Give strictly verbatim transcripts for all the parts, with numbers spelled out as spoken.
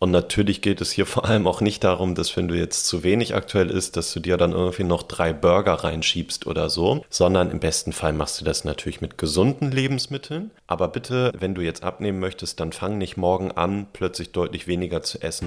Und natürlich geht es hier vor allem auch nicht darum, dass wenn du jetzt zu wenig aktuell isst, dass du dir dann irgendwie noch drei Burger reinschiebst oder so, sondern im besten Fall machst du das natürlich mit gesunden Lebensmitteln. Aber bitte, wenn du jetzt abnehmen möchtest, dann fang nicht morgen an, plötzlich deutlich weniger zu essen.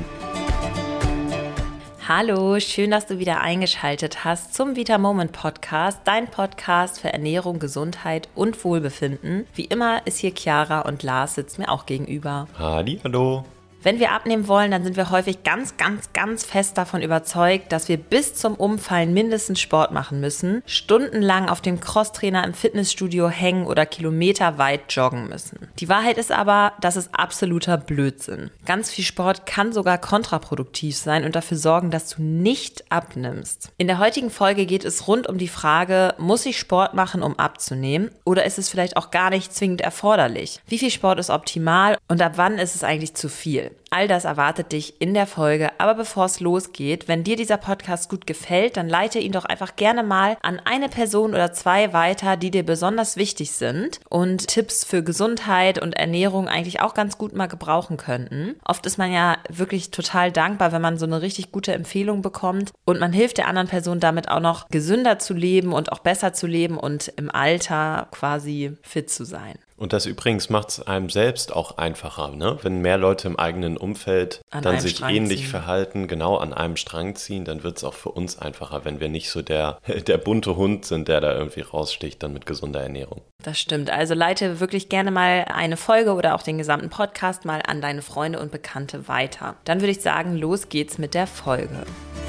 Hallo, schön, dass du wieder eingeschaltet hast zum Vita Moment Podcast, dein Podcast für Ernährung, Gesundheit und Wohlbefinden. Wie immer ist hier Chiara und Lars sitzt mir auch gegenüber. Halli, hallo. Wenn wir abnehmen wollen, dann sind wir häufig ganz, ganz, ganz fest davon überzeugt, dass wir bis zum Umfallen mindestens Sport machen müssen, stundenlang auf dem Crosstrainer im Fitnessstudio hängen oder kilometerweit joggen müssen. Die Wahrheit ist aber, das ist absoluter Blödsinn. Ganz viel Sport kann sogar kontraproduktiv sein und dafür sorgen, dass du nicht abnimmst. In der heutigen Folge geht es rund um die Frage, muss ich Sport machen, um abzunehmen? Oder ist es vielleicht auch gar nicht zwingend erforderlich? Wie viel Sport ist optimal und ab wann ist es eigentlich zu viel? All das erwartet dich in der Folge, aber bevor es losgeht, wenn dir dieser Podcast gut gefällt, dann leite ihn doch einfach gerne mal an eine Person oder zwei weiter, die dir besonders wichtig sind und Tipps für Gesundheit und Ernährung eigentlich auch ganz gut mal gebrauchen könnten. Oft ist man ja wirklich total dankbar, wenn man so eine richtig gute Empfehlung bekommt und man hilft der anderen Person damit auch noch gesünder zu leben und auch besser zu leben und im Alter quasi fit zu sein. Und das übrigens macht es einem selbst auch einfacher, ne? Wenn mehr Leute im eigenen Umfeld an dann sich Strang ähnlich ziehen. verhalten, genau an einem Strang ziehen, dann wird es auch für uns einfacher, wenn wir nicht so der, der bunte Hund sind, der da irgendwie raussticht, dann mit gesunder Ernährung. Das stimmt. Also leite wirklich gerne mal eine Folge oder auch den gesamten Podcast mal an deine Freunde und Bekannte weiter. Dann würde ich sagen, los geht's mit der Folge.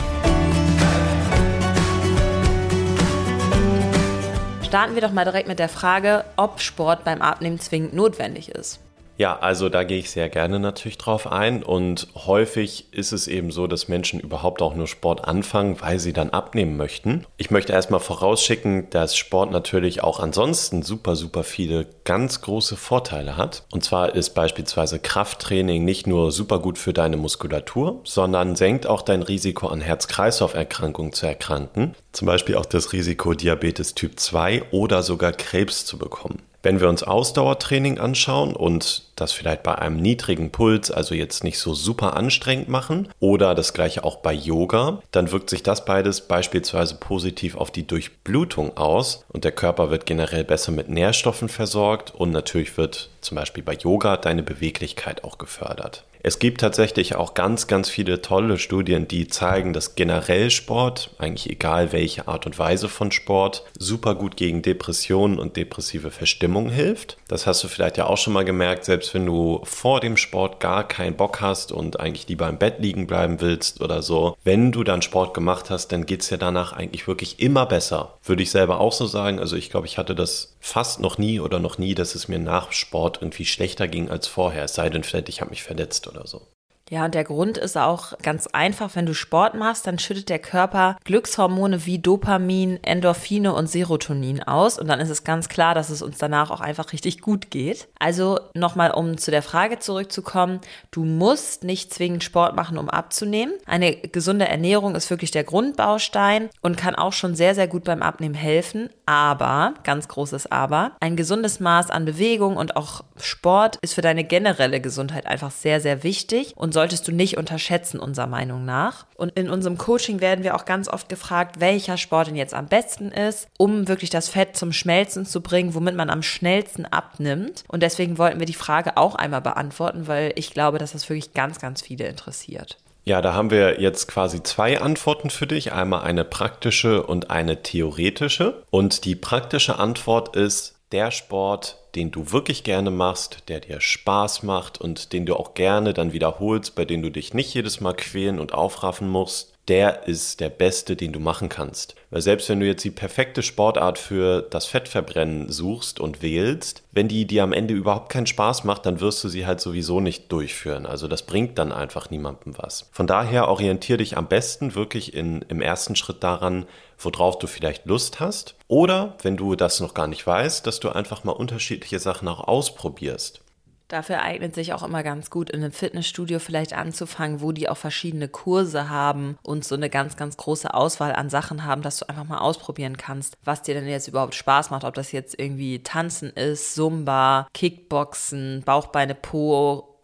Starten wir doch mal direkt mit der Frage, ob Sport beim Abnehmen zwingend notwendig ist. Ja, also da gehe ich sehr gerne natürlich drauf ein und häufig ist es eben so, dass Menschen überhaupt auch nur Sport anfangen, weil sie dann abnehmen möchten. Ich möchte erstmal vorausschicken, dass Sport natürlich auch ansonsten super, super viele ganz große Vorteile hat. Und zwar ist beispielsweise Krafttraining nicht nur super gut für deine Muskulatur, sondern senkt auch dein Risiko an Herz-Kreislauf-Erkrankungen zu erkranken. Zum Beispiel auch das Risiko, Diabetes Typ zwei oder sogar Krebs zu bekommen. Wenn wir uns Ausdauertraining anschauen und das vielleicht bei einem niedrigen Puls, also jetzt nicht so super anstrengend machen oder das gleiche auch bei Yoga, dann wirkt sich das beides beispielsweise positiv auf die Durchblutung aus und der Körper wird generell besser mit Nährstoffen versorgt und natürlich wird zum Beispiel bei Yoga deine Beweglichkeit auch gefördert. Es gibt tatsächlich auch ganz, ganz viele tolle Studien, die zeigen, dass generell Sport, eigentlich egal welche Art und Weise von Sport, super gut gegen Depressionen und depressive Verstimmung hilft. Das hast du vielleicht ja auch schon mal gemerkt, selbst wenn du vor dem Sport gar keinen Bock hast und eigentlich lieber im Bett liegen bleiben willst oder so. Wenn du dann Sport gemacht hast, dann geht es dir danach eigentlich wirklich immer besser. Würde ich selber auch so sagen. Also ich glaube, ich hatte das fast noch nie oder noch nie, dass es mir nach Sport irgendwie schlechter ging als vorher. Es sei denn, vielleicht ich habe mich verletzt oder so. Ja, und der Grund ist auch ganz einfach, wenn du Sport machst, dann schüttet der Körper Glückshormone wie Dopamin, Endorphine und Serotonin aus und dann ist es ganz klar, dass es uns danach auch einfach richtig gut geht. Also nochmal, um zu der Frage zurückzukommen, du musst nicht zwingend Sport machen, um abzunehmen. Eine gesunde Ernährung ist wirklich der Grundbaustein und kann auch schon sehr, sehr gut beim Abnehmen helfen, aber, ganz großes Aber, ein gesundes Maß an Bewegung und auch Sport ist für deine generelle Gesundheit einfach sehr, sehr wichtig und solltest du nicht unterschätzen, unserer Meinung nach. Und in unserem Coaching werden wir auch ganz oft gefragt, welcher Sport denn jetzt am besten ist, um wirklich das Fett zum Schmelzen zu bringen, womit man am schnellsten abnimmt. Und deswegen wollten wir die Frage auch einmal beantworten, weil ich glaube, dass das wirklich ganz, ganz viele interessiert. Ja, da haben wir jetzt quasi zwei Antworten für dich. Einmal eine praktische und eine theoretische. Und die praktische Antwort ist, der Sport, den du wirklich gerne machst, der dir Spaß macht und den du auch gerne dann wiederholst, bei dem du dich nicht jedes Mal quälen und aufraffen musst, der ist der beste, den du machen kannst. Weil selbst wenn du jetzt die perfekte Sportart für das Fettverbrennen suchst und wählst, wenn die dir am Ende überhaupt keinen Spaß macht, dann wirst du sie halt sowieso nicht durchführen. Also das bringt dann einfach niemandem was. Von daher orientiere dich am besten wirklich in, im ersten Schritt daran, worauf du vielleicht Lust hast. Oder, wenn du das noch gar nicht weißt, dass du einfach mal unterschiedliche Sachen auch ausprobierst. Dafür eignet sich auch immer ganz gut, in einem Fitnessstudio vielleicht anzufangen, wo die auch verschiedene Kurse haben und so eine ganz, ganz große Auswahl an Sachen haben, dass du einfach mal ausprobieren kannst, was dir denn jetzt überhaupt Spaß macht, ob das jetzt irgendwie Tanzen ist, Zumba, Kickboxen, Bauch, Beine, Po,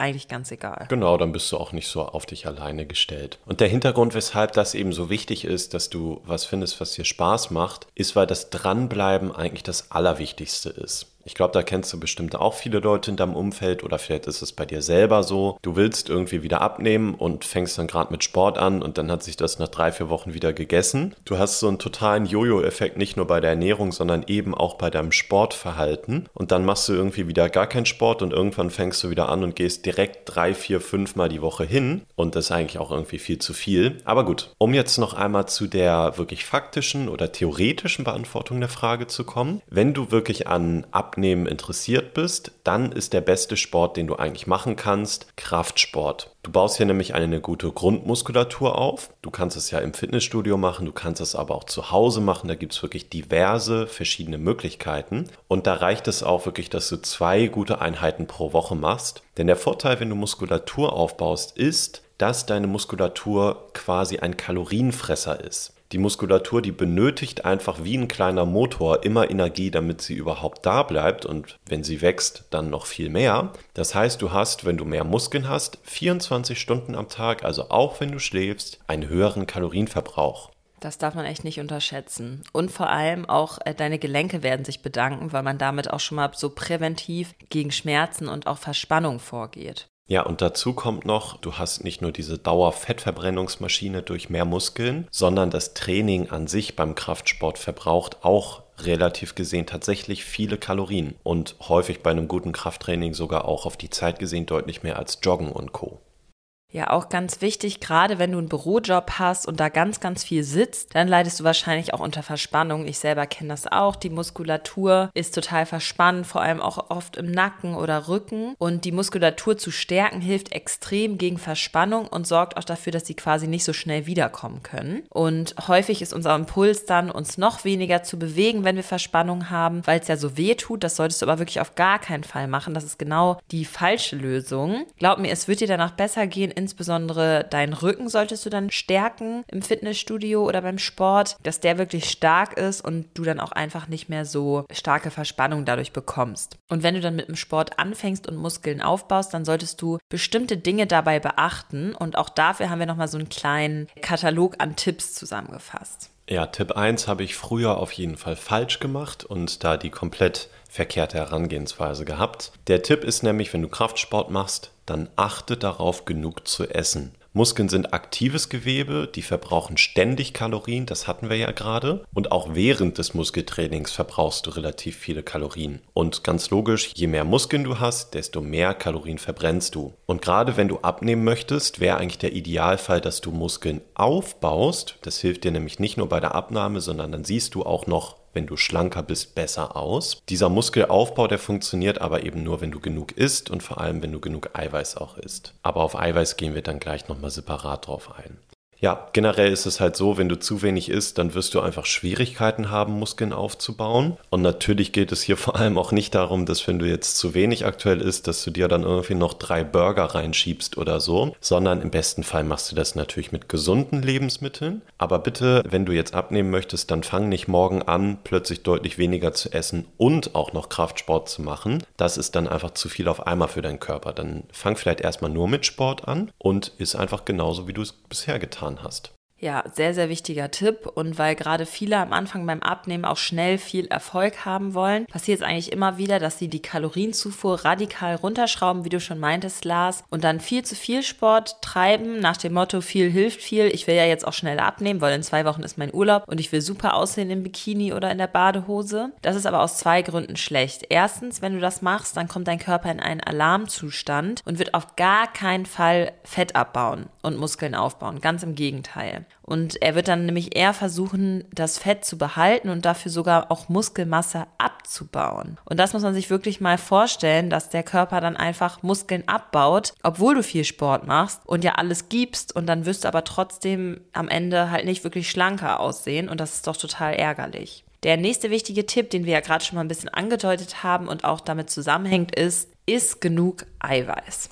eigentlich ganz egal. Genau, dann bist du auch nicht so auf dich alleine gestellt. Und der Hintergrund, weshalb das eben so wichtig ist, dass du was findest, was dir Spaß macht, ist, weil das Dranbleiben eigentlich das Allerwichtigste ist. Ich glaube, da kennst du bestimmt auch viele Leute in deinem Umfeld oder vielleicht ist es bei dir selber so. Du willst irgendwie wieder abnehmen und fängst dann gerade mit Sport an und dann hat sich das nach drei, vier Wochen wieder gegessen. Du hast so einen totalen Jojo-Effekt nicht nur bei der Ernährung, sondern eben auch bei deinem Sportverhalten. Und dann machst du irgendwie wieder gar keinen Sport und irgendwann fängst du wieder an und gehst direkt drei, vier, fünf Mal die Woche hin. Und das ist eigentlich auch irgendwie viel zu viel. Aber gut, um jetzt noch einmal zu der wirklich faktischen oder theoretischen Beantwortung der Frage zu kommen. Wenn du wirklich an Abnehmen Abnehmen interessiert bist, dann ist der beste Sport, den du eigentlich machen kannst, Kraftsport. Du baust hier nämlich eine gute Grundmuskulatur auf. Du kannst es ja im Fitnessstudio machen, du kannst es aber auch zu Hause machen. Da gibt es wirklich diverse verschiedene Möglichkeiten. Und da reicht es auch wirklich, dass du zwei gute Einheiten pro Woche machst. Denn der Vorteil, wenn du Muskulatur aufbaust, ist, dass deine Muskulatur quasi ein Kalorienfresser ist. Die Muskulatur, die benötigt einfach wie ein kleiner Motor immer Energie, damit sie überhaupt da bleibt und wenn sie wächst, dann noch viel mehr. Das heißt, du hast, wenn du mehr Muskeln hast, vierundzwanzig Stunden am Tag, also auch wenn du schläfst, einen höheren Kalorienverbrauch. Das darf man echt nicht unterschätzen. Und vor allem auch äh, deine Gelenke werden sich bedanken, weil man damit auch schon mal so präventiv gegen Schmerzen und auch Verspannung vorgeht. Ja, und dazu kommt noch, du hast nicht nur diese Dauerfettverbrennungsmaschine durch mehr Muskeln, sondern das Training an sich beim Kraftsport verbraucht auch relativ gesehen tatsächlich viele Kalorien und häufig bei einem guten Krafttraining sogar auch auf die Zeit gesehen deutlich mehr als Joggen und Co. Ja, auch ganz wichtig, gerade wenn du einen Bürojob hast und da ganz, ganz viel sitzt, dann leidest du wahrscheinlich auch unter Verspannung. Ich selber kenne das auch. Die Muskulatur ist total verspannt, vor allem auch oft im Nacken oder Rücken. Und die Muskulatur zu stärken hilft extrem gegen Verspannung und sorgt auch dafür, dass sie quasi nicht so schnell wiederkommen können. Und häufig ist unser Impuls dann, uns noch weniger zu bewegen, wenn wir Verspannung haben, weil es ja so weh tut. Das solltest du aber wirklich auf gar keinen Fall machen. Das ist genau die falsche Lösung. Glaub mir, es wird dir danach besser gehen. Insbesondere deinen Rücken solltest du dann stärken im Fitnessstudio oder beim Sport, dass der wirklich stark ist und du dann auch einfach nicht mehr so starke Verspannung dadurch bekommst. Und wenn du dann mit dem Sport anfängst und Muskeln aufbaust, dann solltest du bestimmte Dinge dabei beachten und auch dafür haben wir nochmal so einen kleinen Katalog an Tipps zusammengefasst. Ja, Tipp eins habe ich früher auf jeden Fall falsch gemacht und da die komplett verkehrte Herangehensweise gehabt. Der Tipp ist nämlich, wenn du Kraftsport machst, dann achte darauf, genug zu essen. Muskeln sind aktives Gewebe, die verbrauchen ständig Kalorien, das hatten wir ja gerade. Und auch während des Muskeltrainings verbrauchst du relativ viele Kalorien. Und ganz logisch, je mehr Muskeln du hast, desto mehr Kalorien verbrennst du. Und gerade wenn du abnehmen möchtest, wäre eigentlich der Idealfall, dass du Muskeln aufbaust. Das hilft dir nämlich nicht nur bei der Abnahme, sondern dann siehst du auch noch, wenn du schlanker bist, besser aus. Dieser Muskelaufbau, der funktioniert aber eben nur, wenn du genug isst und vor allem, wenn du genug Eiweiß auch isst. Aber auf Eiweiß gehen wir dann gleich nochmal separat drauf ein. Ja, generell ist es halt so, wenn du zu wenig isst, dann wirst du einfach Schwierigkeiten haben, Muskeln aufzubauen. Und natürlich geht es hier vor allem auch nicht darum, dass wenn du jetzt zu wenig aktuell isst, dass du dir dann irgendwie noch drei Burger reinschiebst oder so, sondern im besten Fall machst du das natürlich mit gesunden Lebensmitteln. Aber bitte, wenn du jetzt abnehmen möchtest, dann fang nicht morgen an, plötzlich deutlich weniger zu essen und auch noch Kraftsport zu machen. Das ist dann einfach zu viel auf einmal für deinen Körper. Dann fang vielleicht erstmal nur mit Sport an und iss einfach genauso, wie du es bisher getan hast. Ja, sehr, sehr wichtiger Tipp. Und weil gerade viele am Anfang beim Abnehmen auch schnell viel Erfolg haben wollen, passiert es eigentlich immer wieder, dass sie die Kalorienzufuhr radikal runterschrauben, wie du schon meintest, Lars, und dann viel zu viel Sport treiben, nach dem Motto, viel hilft viel. Ich will ja jetzt auch schnell abnehmen, weil in zwei Wochen ist mein Urlaub und ich will super aussehen im Bikini oder in der Badehose. Das ist aber aus zwei Gründen schlecht. Erstens, wenn du das machst, dann kommt dein Körper in einen Alarmzustand und wird auf gar keinen Fall Fett abbauen und Muskeln aufbauen. Ganz im Gegenteil. Und er wird dann nämlich eher versuchen, das Fett zu behalten und dafür sogar auch Muskelmasse abzubauen. Und das muss man sich wirklich mal vorstellen, dass der Körper dann einfach Muskeln abbaut, obwohl du viel Sport machst und ja alles gibst und dann wirst du aber trotzdem am Ende halt nicht wirklich schlanker aussehen und das ist doch total ärgerlich. Der nächste wichtige Tipp, den wir ja gerade schon mal ein bisschen angedeutet haben und auch damit zusammenhängt, ist, iss genug Eiweiß.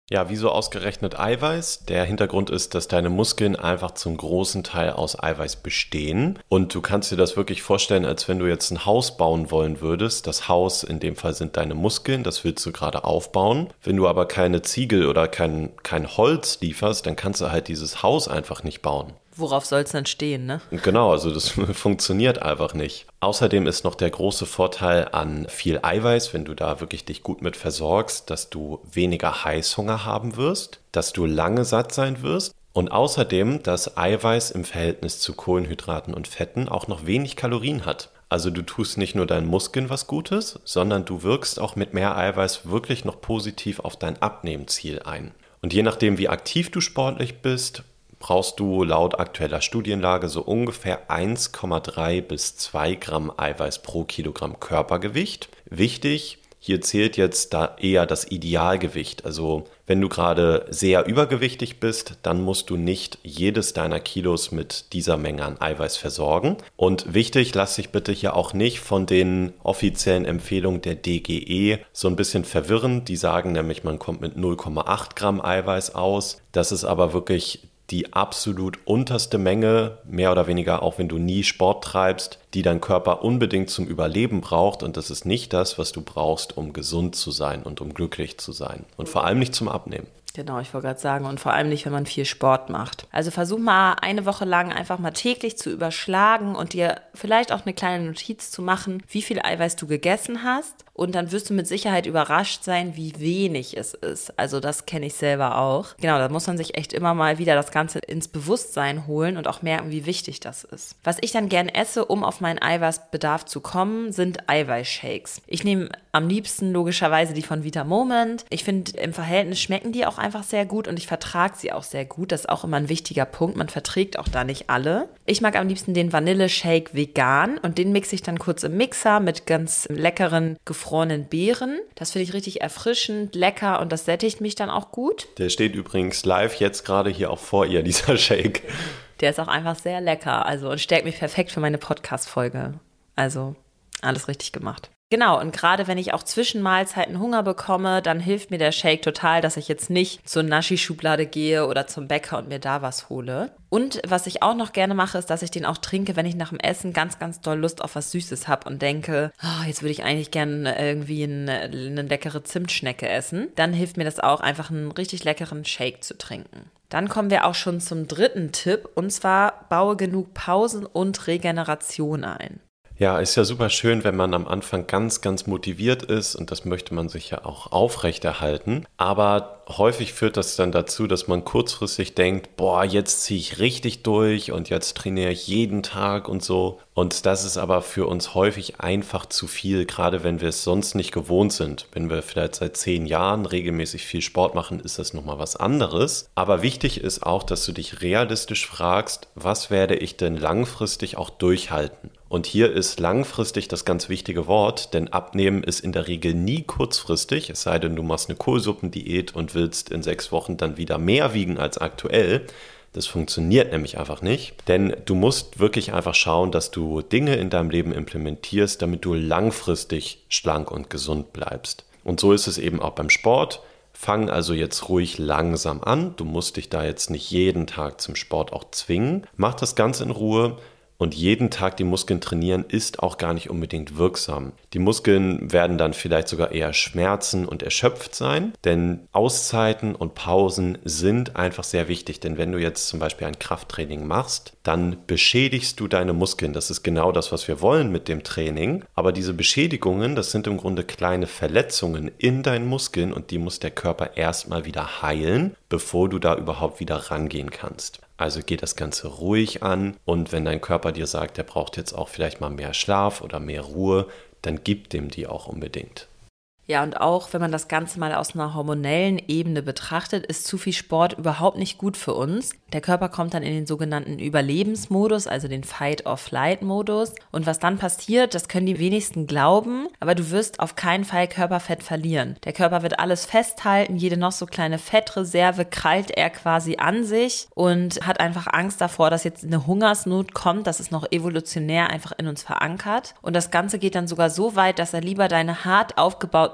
Ja, wieso ausgerechnet Eiweiß? Der Hintergrund ist, dass deine Muskeln einfach zum großen Teil aus Eiweiß bestehen. Und du kannst dir das wirklich vorstellen, als wenn du jetzt ein Haus bauen wollen würdest. Das Haus, in dem Fall sind deine Muskeln, das willst du gerade aufbauen. Wenn du aber keine Ziegel oder kein, kein Holz lieferst, dann kannst du halt dieses Haus einfach nicht bauen. Worauf soll es dann stehen, ne? Genau, also das funktioniert einfach nicht. Außerdem ist noch der große Vorteil an viel Eiweiß, wenn du da wirklich dich gut mit versorgst, dass du weniger Heißhunger haben wirst, dass du lange satt sein wirst und außerdem, dass Eiweiß im Verhältnis zu Kohlenhydraten und Fetten auch noch wenig Kalorien hat. Also du tust nicht nur deinen Muskeln was Gutes, sondern du wirkst auch mit mehr Eiweiß wirklich noch positiv auf dein Abnehmziel ein. Und je nachdem, wie aktiv du sportlich bist, brauchst du laut aktueller Studienlage so ungefähr eins Komma drei bis zwei Gramm Eiweiß pro Kilogramm Körpergewicht. Wichtig, hier zählt jetzt da eher das Idealgewicht. Also wenn du gerade sehr übergewichtig bist, dann musst du nicht jedes deiner Kilos mit dieser Menge an Eiweiß versorgen. Und wichtig, lass dich bitte hier auch nicht von den offiziellen Empfehlungen der D G E so ein bisschen verwirren. Die sagen nämlich, man kommt mit null Komma acht Gramm Eiweiß aus. Das ist aber wirklich die absolut unterste Menge, mehr oder weniger, auch wenn du nie Sport treibst, die dein Körper unbedingt zum Überleben braucht. Und das ist nicht das, was du brauchst, um gesund zu sein und um glücklich zu sein. Und vor allem nicht zum Abnehmen. Genau, ich wollte gerade sagen, und vor allem nicht, wenn man viel Sport macht. Also versuch mal eine Woche lang einfach mal täglich zu überschlagen und dir vielleicht auch eine kleine Notiz zu machen, wie viel Eiweiß du gegessen hast. Und dann wirst du mit Sicherheit überrascht sein, wie wenig es ist. Also das kenne ich selber auch. Genau, da muss man sich echt immer mal wieder das Ganze ins Bewusstsein holen und auch merken, wie wichtig das ist. Was ich dann gern esse, um auf meinen Eiweißbedarf zu kommen, sind Eiweißshakes. Ich nehme am liebsten logischerweise die von Vita Moment. Ich finde, im Verhältnis schmecken die auch einfach sehr gut und ich vertrage sie auch sehr gut. Das ist auch immer ein wichtiger Punkt. Man verträgt auch da nicht alle. Ich mag am liebsten den Vanille-Shake vegan und den mixe ich dann kurz im Mixer mit ganz leckeren, gefrorenen Beeren. Das finde ich richtig erfrischend, lecker und das sättigt mich dann auch gut. Der steht übrigens live jetzt gerade hier auch vor ihr, dieser Shake. Der ist auch einfach sehr lecker, also und stärkt mich perfekt für meine Podcast-Folge. Also alles richtig gemacht. Genau, und gerade wenn ich auch zwischen Mahlzeiten Hunger bekomme, dann hilft mir der Shake total, dass ich jetzt nicht zur Naschi-Schublade gehe oder zum Bäcker und mir da was hole. Und was ich auch noch gerne mache, ist, dass ich den auch trinke, wenn ich nach dem Essen ganz, ganz doll Lust auf was Süßes habe und denke, oh, jetzt würde ich eigentlich gerne irgendwie eine, eine leckere Zimtschnecke essen. Dann hilft mir das auch, einfach einen richtig leckeren Shake zu trinken. Dann kommen wir auch schon zum dritten Tipp, und zwar baue genug Pausen und Regeneration ein. Ja, ist ja super schön, wenn man am Anfang ganz, ganz motiviert ist und das möchte man sich ja auch aufrechterhalten. Aber häufig führt das dann dazu, dass man kurzfristig denkt, boah, jetzt ziehe ich richtig durch und jetzt trainiere ich jeden Tag und so. Und das ist aber für uns häufig einfach zu viel, gerade wenn wir es sonst nicht gewohnt sind. Wenn wir vielleicht seit zehn Jahren regelmäßig viel Sport machen, ist das nochmal was anderes. Aber wichtig ist auch, dass du dich realistisch fragst, was werde ich denn langfristig auch durchhalten? Und hier ist langfristig das ganz wichtige Wort, denn Abnehmen ist in der Regel nie kurzfristig, es sei denn, du machst eine Kohlsuppendiät und willst in sechs Wochen dann wieder mehr wiegen als aktuell. Das funktioniert nämlich einfach nicht, denn du musst wirklich einfach schauen, dass du Dinge in deinem Leben implementierst, damit du langfristig schlank und gesund bleibst. Und so ist es eben auch beim Sport. Fang also jetzt ruhig langsam an. Du musst dich da jetzt nicht jeden Tag zum Sport auch zwingen. Mach das Ganze in Ruhe. Und jeden Tag die Muskeln trainieren ist auch gar nicht unbedingt wirksam. Die Muskeln werden dann vielleicht sogar eher schmerzen und erschöpft sein, denn Auszeiten und Pausen sind einfach sehr wichtig. Denn wenn du jetzt zum Beispiel ein Krafttraining machst, dann beschädigst du deine Muskeln. Das ist genau das, was wir wollen mit dem Training. Aber diese Beschädigungen, das sind im Grunde kleine Verletzungen in deinen Muskeln und die muss der Körper erstmal wieder heilen, bevor du da überhaupt wieder rangehen kannst. Also geh das Ganze ruhig an und wenn dein Körper dir sagt, der braucht jetzt auch vielleicht mal mehr Schlaf oder mehr Ruhe, dann gib dem die auch unbedingt. Ja, und auch wenn man das Ganze mal aus einer hormonellen Ebene betrachtet, ist zu viel Sport überhaupt nicht gut für uns. Der Körper kommt dann in den sogenannten Überlebensmodus, also den Fight-or-Flight-Modus. Und was dann passiert, das können die wenigsten glauben, aber du wirst auf keinen Fall Körperfett verlieren. Der Körper wird alles festhalten, jede noch so kleine Fettreserve krallt er quasi an sich und hat einfach Angst davor, dass jetzt eine Hungersnot kommt. Das ist noch evolutionär einfach in uns verankert. Und das Ganze geht dann sogar so weit, dass er lieber deine hart aufgebauten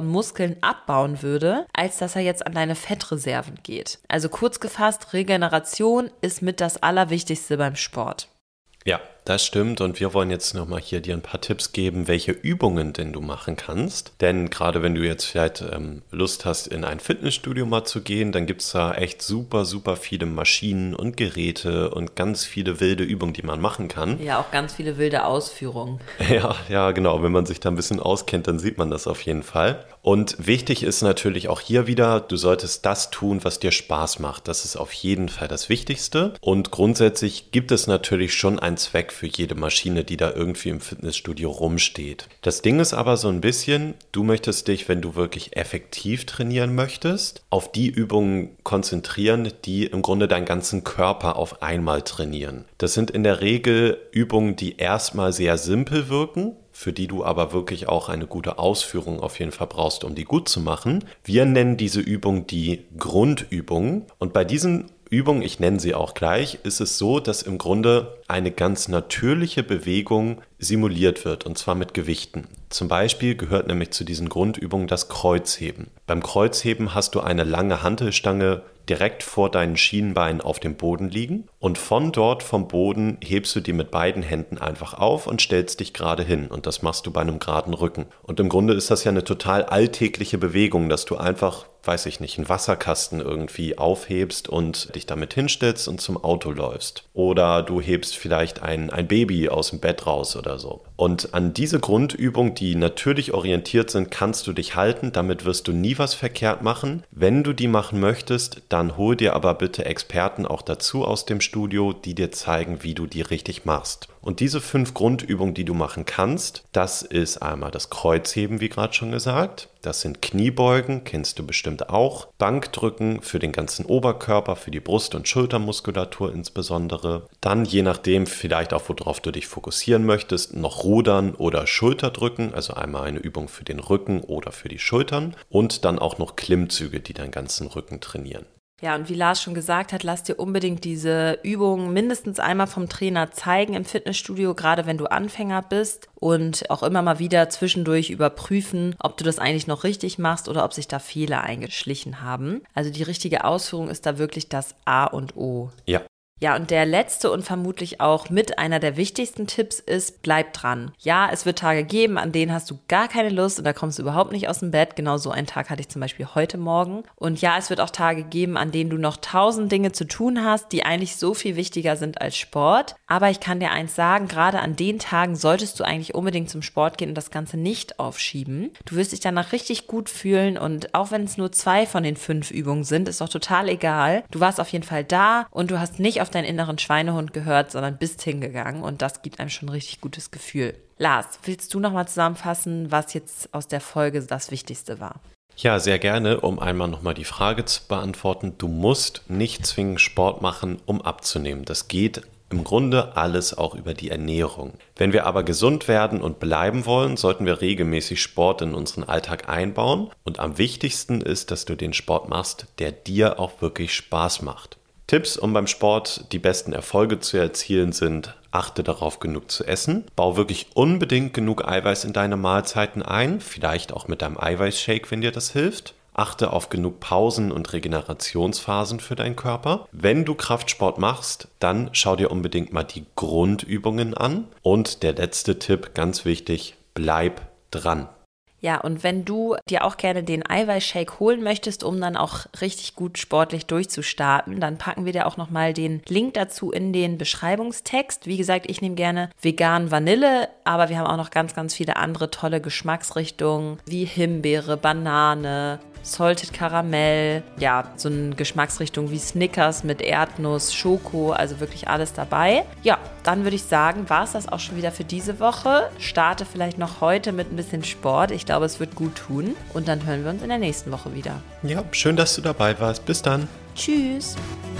aufgebauten Muskeln abbauen würde, als dass er jetzt an deine Fettreserven geht. Also kurz gefasst, Regeneration ist mit das Allerwichtigste beim Sport. Ja, das stimmt und wir wollen jetzt nochmal hier dir ein paar Tipps geben, welche Übungen denn du machen kannst. Denn gerade wenn du jetzt vielleicht ähm, Lust hast, in ein Fitnessstudio mal zu gehen, dann gibt es da echt super, super viele Maschinen und Geräte und ganz viele wilde Übungen, die man machen kann. Ja, auch ganz viele wilde Ausführungen. Ja, ja, genau. Wenn man sich da ein bisschen auskennt, dann sieht man das auf jeden Fall. Und wichtig ist natürlich auch hier wieder, du solltest das tun, was dir Spaß macht. Das ist auf jeden Fall das Wichtigste. Und grundsätzlich gibt es natürlich schon einen Zweck für jede Maschine, die da irgendwie im Fitnessstudio rumsteht. Das Ding ist aber so ein bisschen, du möchtest dich, wenn du wirklich effektiv trainieren möchtest, auf die Übungen konzentrieren, die im Grunde deinen ganzen Körper auf einmal trainieren. Das sind in der Regel Übungen, die erstmal sehr simpel wirken, für die du aber wirklich auch eine gute Ausführung auf jeden Fall brauchst, um die gut zu machen. Wir nennen diese Übung die Grundübungen und bei diesen Übung, ich nenne sie auch gleich, ist es so, dass im Grunde eine ganz natürliche Bewegung simuliert wird, und zwar mit Gewichten. Zum Beispiel gehört nämlich zu diesen Grundübungen das Kreuzheben. Beim Kreuzheben hast du eine lange Hantelstange direkt vor deinen Schienbeinen auf dem Boden liegen und von dort vom Boden hebst du die mit beiden Händen einfach auf und stellst dich gerade hin und das machst du bei einem geraden Rücken. Und im Grunde ist das ja eine total alltägliche Bewegung, dass du einfach, weiß ich nicht, einen Wasserkasten irgendwie aufhebst und dich damit hinstellst und zum Auto läufst. Oder du hebst vielleicht ein, ein Baby aus dem Bett raus oder so. Und an diese Grundübung, die natürlich orientiert sind, kannst du dich halten. Damit wirst du nie was verkehrt machen. Wenn du die machen möchtest, dann hol dir aber bitte Experten auch dazu aus dem Studio, die dir zeigen, wie du die richtig machst. Und diese fünf Grundübungen, die du machen kannst, das ist einmal das Kreuzheben, wie gerade schon gesagt. Das sind Kniebeugen, kennst du bestimmt auch. Bankdrücken für den ganzen Oberkörper, für die Brust- und Schultermuskulatur insbesondere. Dann je nachdem vielleicht auch, worauf du dich fokussieren möchtest, noch Rudern oder Schulterdrücken. Also einmal eine Übung für den Rücken oder für die Schultern. Und dann auch noch Klimmzüge, die deinen ganzen Rücken trainieren. Ja, und wie Lars schon gesagt hat, lass dir unbedingt diese Übungen mindestens einmal vom Trainer zeigen im Fitnessstudio, gerade wenn du Anfänger bist und auch immer mal wieder zwischendurch überprüfen, ob du das eigentlich noch richtig machst oder ob sich da Fehler eingeschlichen haben. Also die richtige Ausführung ist da wirklich das A und O. Ja. Ja, und der letzte und vermutlich auch mit einer der wichtigsten Tipps ist, bleib dran. Ja, es wird Tage geben, an denen hast du gar keine Lust und da kommst du überhaupt nicht aus dem Bett. Genau so einen Tag hatte ich zum Beispiel heute Morgen. Und ja, es wird auch Tage geben, an denen du noch tausend Dinge zu tun hast, die eigentlich so viel wichtiger sind als Sport. Aber ich kann dir eins sagen, gerade an den Tagen solltest du eigentlich unbedingt zum Sport gehen und das Ganze nicht aufschieben. Du wirst dich danach richtig gut fühlen und auch wenn es nur zwei von den fünf Übungen sind, ist doch total egal. Du warst auf jeden Fall da und du hast nicht auf deinen inneren Schweinehund gehört, sondern bist hingegangen und das gibt einem schon ein richtig gutes Gefühl. Lars, willst du nochmal zusammenfassen, was jetzt aus der Folge das Wichtigste war? Ja, sehr gerne, um einmal nochmal die Frage zu beantworten. Du musst nicht zwingend Sport machen, um abzunehmen. Das geht im Grunde alles auch über die Ernährung. Wenn wir aber gesund werden und bleiben wollen, sollten wir regelmäßig Sport in unseren Alltag einbauen. Und am wichtigsten ist, dass du den Sport machst, der dir auch wirklich Spaß macht. Tipps, um beim Sport die besten Erfolge zu erzielen, sind: Achte darauf, genug zu essen. Bau wirklich unbedingt genug Eiweiß in deine Mahlzeiten ein, vielleicht auch mit deinem Eiweißshake, wenn dir das hilft. Achte auf genug Pausen und Regenerationsphasen für deinen Körper. Wenn du Kraftsport machst, dann schau dir unbedingt mal die Grundübungen an. Und der letzte Tipp, ganz wichtig, bleib dran. Ja, und wenn du dir auch gerne den Eiweißshake holen möchtest, um dann auch richtig gut sportlich durchzustarten, dann packen wir dir auch nochmal den Link dazu in den Beschreibungstext. Wie gesagt, ich nehme gerne vegan Vanille, aber wir haben auch noch ganz, ganz viele andere tolle Geschmacksrichtungen wie Himbeere, Banane, Salted Karamell, ja, so eine Geschmacksrichtung wie Snickers mit Erdnuss, Schoko, also wirklich alles dabei. Ja, dann würde ich sagen, war es das auch schon wieder für diese Woche. Starte vielleicht noch heute mit ein bisschen Sport. Ich glaube, es wird gut tun. Und dann hören wir uns in der nächsten Woche wieder. Ja, schön, dass du dabei warst. Bis dann. Tschüss.